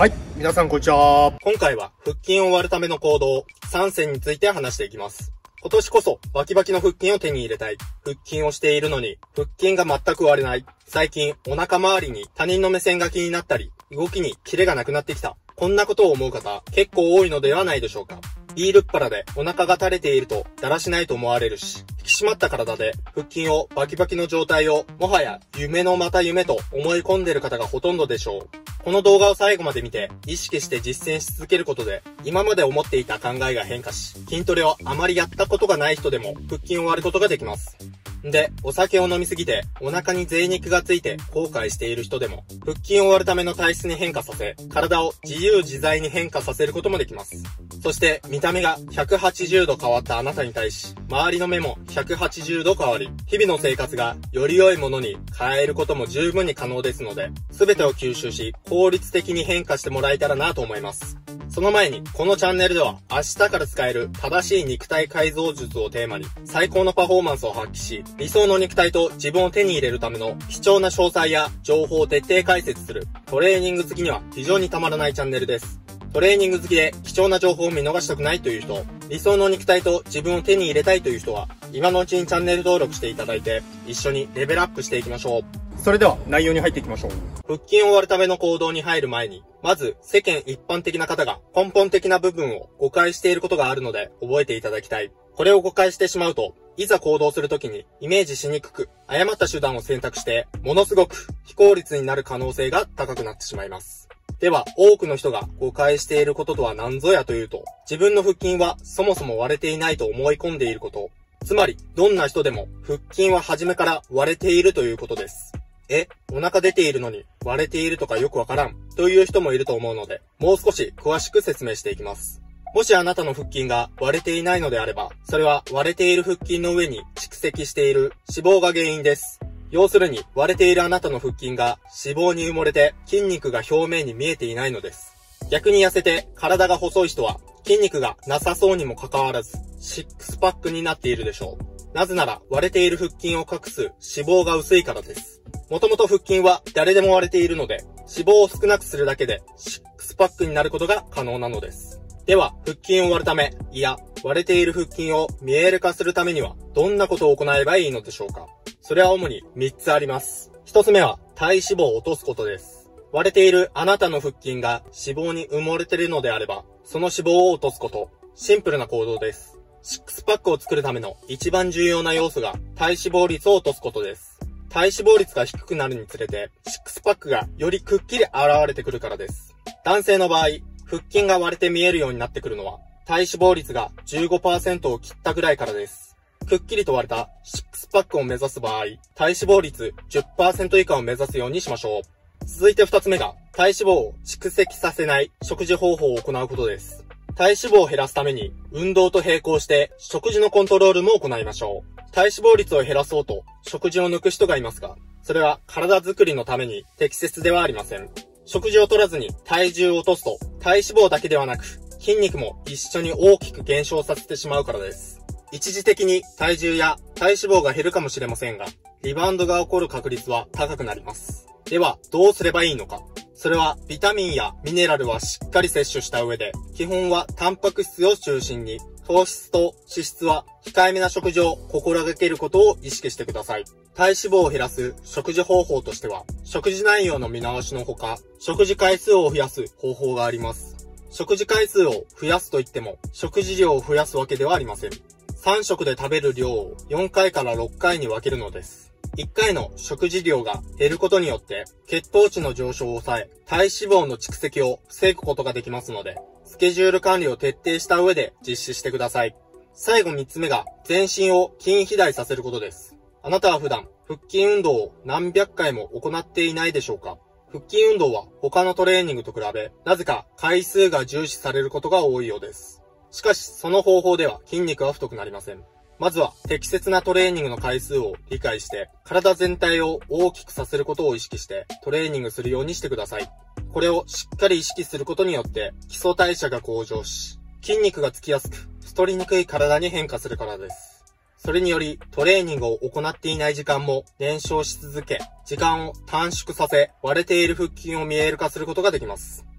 はい、皆さんこんにちは。 今回は腹筋を割るための行動3選について話していきます。今年こそバキバキの腹筋を手に入れたい。腹筋をしているのに腹筋が全く割れない。最近お腹周りに他人の目線が気になったり、動きにキレがなくなってきた。こんなことを思う方結構多いのではないでしょうか。ビールっ腹でお腹が垂れているとだらしないと思われるし、引き締まった体で腹筋をバキバキの状態をもはや夢のまた夢と思い込んでいる方がほとんどでしょう。この動画を最後まで見て意識して実践し続けることで今まで思っていた考えが変化し、筋トレをあまりやったことがない人でも腹筋を割ることができます。で、お酒を飲みすぎてお腹に贅肉がついて後悔している人でも腹筋を割るための体質に変化させ、体を自由自在に変化させることもできます。そして見た目が180度変わったあなたに対し、周りの目も180度変わり、日々の生活がより良いものに変えることも十分に可能ですので、全てを吸収し効率的に変化してもらえたらなと思います。その前に、このチャンネルでは明日から使える正しい肉体改造術をテーマに最高のパフォーマンスを発揮し、理想の肉体と自分を手に入れるための貴重な詳細や情報を徹底解説するトレーニング好きには非常にたまらないチャンネルです。トレーニング好きで貴重な情報を見逃したくないという人、理想の肉体と自分を手に入れたいという人は、今のうちにチャンネル登録していただいて、一緒にレベルアップしていきましょう。 それでは内容に入っていきましょう。 腹筋を割るための行動に入る前に、まず世間一般的な方が根本的な部分を誤解していることがあるので覚えていただきたい。これを誤解してしまうと、いざ行動するときにイメージしにくく、誤った手段を選択して、ものすごく非効率になる可能性が高くなってしまいます。では、多くの人が誤解していることとは何ぞやというと、自分の腹筋はそもそも割れていないと思い込んでいること。つまり、どんな人でも腹筋は初めから割れているということです。お腹出ているのに割れているとかよくわからんという人もいると思うので、もう少し詳しく説明していきます。もしあなたの腹筋が割れていないのであれば、それは割れている腹筋の上に蓄積している脂肪が原因です。要するに割れているあなたの腹筋が脂肪に埋もれて筋肉が表面に見えていないのです。逆に痩せて体が細い人は筋肉がなさそうにもかかわらずシックスパックになっているでしょう。なぜなら割れている腹筋を隠す脂肪が薄いからです。もともと腹筋は誰でも割れているので、脂肪を少なくするだけでシックスパックになることが可能なのです。では、腹筋を割るため、いや、割れている腹筋を見える化するためには、どんなことを行えばいいのでしょうか。それは主に3つあります。1つ目は、体脂肪を落とすことです。割れているあなたの腹筋が脂肪に埋もれているのであれば、その脂肪を落とすこと。シンプルな行動です。シックスパックを作るための一番重要な要素が、体脂肪率を落とすことです。体脂肪率が低くなるにつれて、シックスパックがよりくっきり現れてくるからです。男性の場合、腹筋が割れて見えるようになってくるのは、体脂肪率が 15% を切ったぐらいからです。くっきりと割れたシックスパックを目指す場合、体脂肪率 10% 以下を目指すようにしましょう。続いて2つ目が、体脂肪を蓄積させない食事方法を行うことです。体脂肪を減らすために、運動と並行して食事のコントロールも行いましょう。体脂肪率を減らそうと食事を抜く人がいますが、それは体づくりのために適切ではありません。食事を取らずに体重を落とすと、体脂肪だけではなく筋肉も一緒に大きく減少させてしまうからです。一時的に体重や体脂肪が減るかもしれませんが、リバウンドが起こる確率は高くなります。では、どうすればいいのか。それはビタミンやミネラルはしっかり摂取した上で、基本はタンパク質を中心に、糖質と脂質は控えめな食事を心がけることを意識してください。体脂肪を減らす食事方法としては、食事内容の見直しのほか、食事回数を増やす方法があります。食事回数を増やすといっても、食事量を増やすわけではありません。3食で食べる量を4回から6回に分けるのです。1回の食事量が減ることによって血糖値の上昇を抑え、体脂肪の蓄積を防ぐことができますので、スケジュール管理を徹底した上で実施してください。最後3つ目が全身を筋肥大させることです。あなたは普段腹筋運動を何百回も行っていないでしょうか。腹筋運動は他のトレーニングと比べ、なぜか回数が重視されることが多いようです。しかしその方法では筋肉は太くなりません。まずは適切なトレーニングの回数を理解して、体全体を大きくさせることを意識してトレーニングするようにしてください。これをしっかり意識することによって基礎代謝が向上し、筋肉がつきやすく太りにくい体に変化するからです。それによりトレーニングを行っていない時間も減少し続け、時間を短縮させ、割れている腹筋を見える化することができます。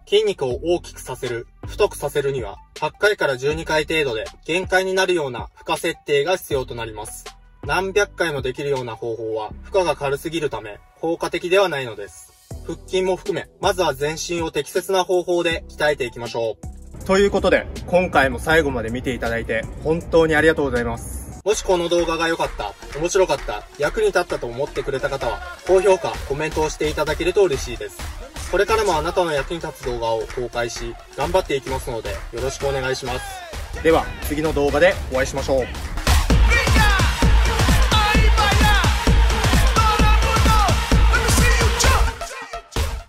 筋肉を大きくさせる、太くさせるには、8回から12回程度で限界になるような負荷設定が必要となります。何百回もできるような方法は負荷が軽すぎるため、効果的ではないのです。腹筋も含め、まずは全身を適切な方法で鍛えていきましょう。 ということで、今回も最後まで見ていただいて、本当にありがとうございます。 もしこの動画が良かった、面白かった、役に立ったと思ってくれた方は、高評価、コメントをしていただけると嬉しいです。これからもあなたの役に立つ動画を公開し、頑張っていきますので、よろしくお願いします。 では、次の動画でお会いしましょう。